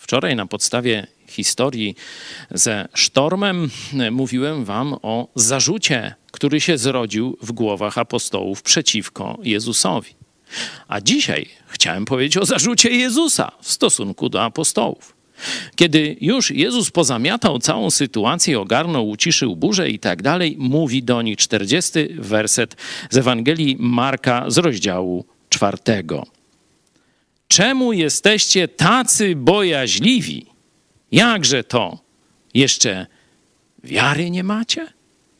Wczoraj na podstawie historii ze sztormem mówiłem wam o zarzucie, który się zrodził w głowach apostołów przeciwko Jezusowi. A dzisiaj chciałem powiedzieć o zarzucie Jezusa w stosunku do apostołów. Kiedy już Jezus pozamiatał całą sytuację, ogarnął, uciszył burzę i tak dalej, mówi do nich 40 werset z Ewangelii Marka z rozdziału 4. Czemu jesteście tacy bojaźliwi? Jakże to? Jeszcze wiary nie macie?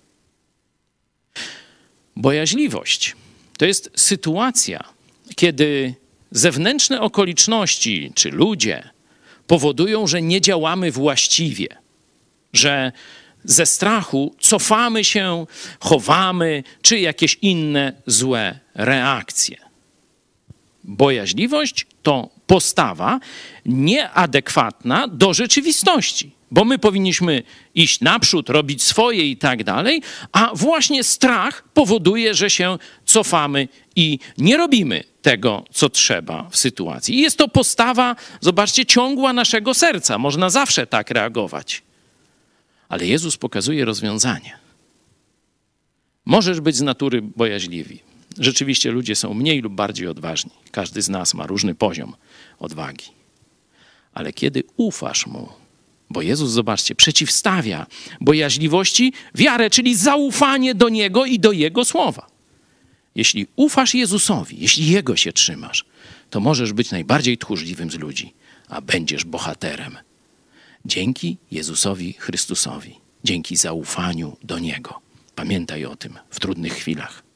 Bojaźliwość to jest sytuacja, kiedy zewnętrzne okoliczności czy ludzie powodują, że nie działamy właściwie, że ze strachu cofamy się, chowamy, czy jakieś inne złe reakcje. Bojaźliwość to postawa nieadekwatna do rzeczywistości, bo my powinniśmy iść naprzód, robić swoje i tak dalej, a właśnie strach powoduje, że się cofamy i nie robimy tego, co trzeba w sytuacji. I jest to postawa, zobaczcie, ciągła naszego serca. Można zawsze tak reagować. Ale Jezus pokazuje rozwiązanie. Możesz być z natury bojaźliwy. Rzeczywiście ludzie są mniej lub bardziej odważni. Każdy z nas ma różny poziom odwagi. Ale kiedy ufasz Mu, bo Jezus, zobaczcie, przeciwstawia bojaźliwości wiarę, czyli zaufanie do Niego i do Jego słowa. Jeśli ufasz Jezusowi, jeśli Jego się trzymasz, to możesz być najbardziej tchórzliwym z ludzi, a będziesz bohaterem. Dzięki Jezusowi Chrystusowi, dzięki zaufaniu do Niego. Pamiętaj o tym w trudnych chwilach.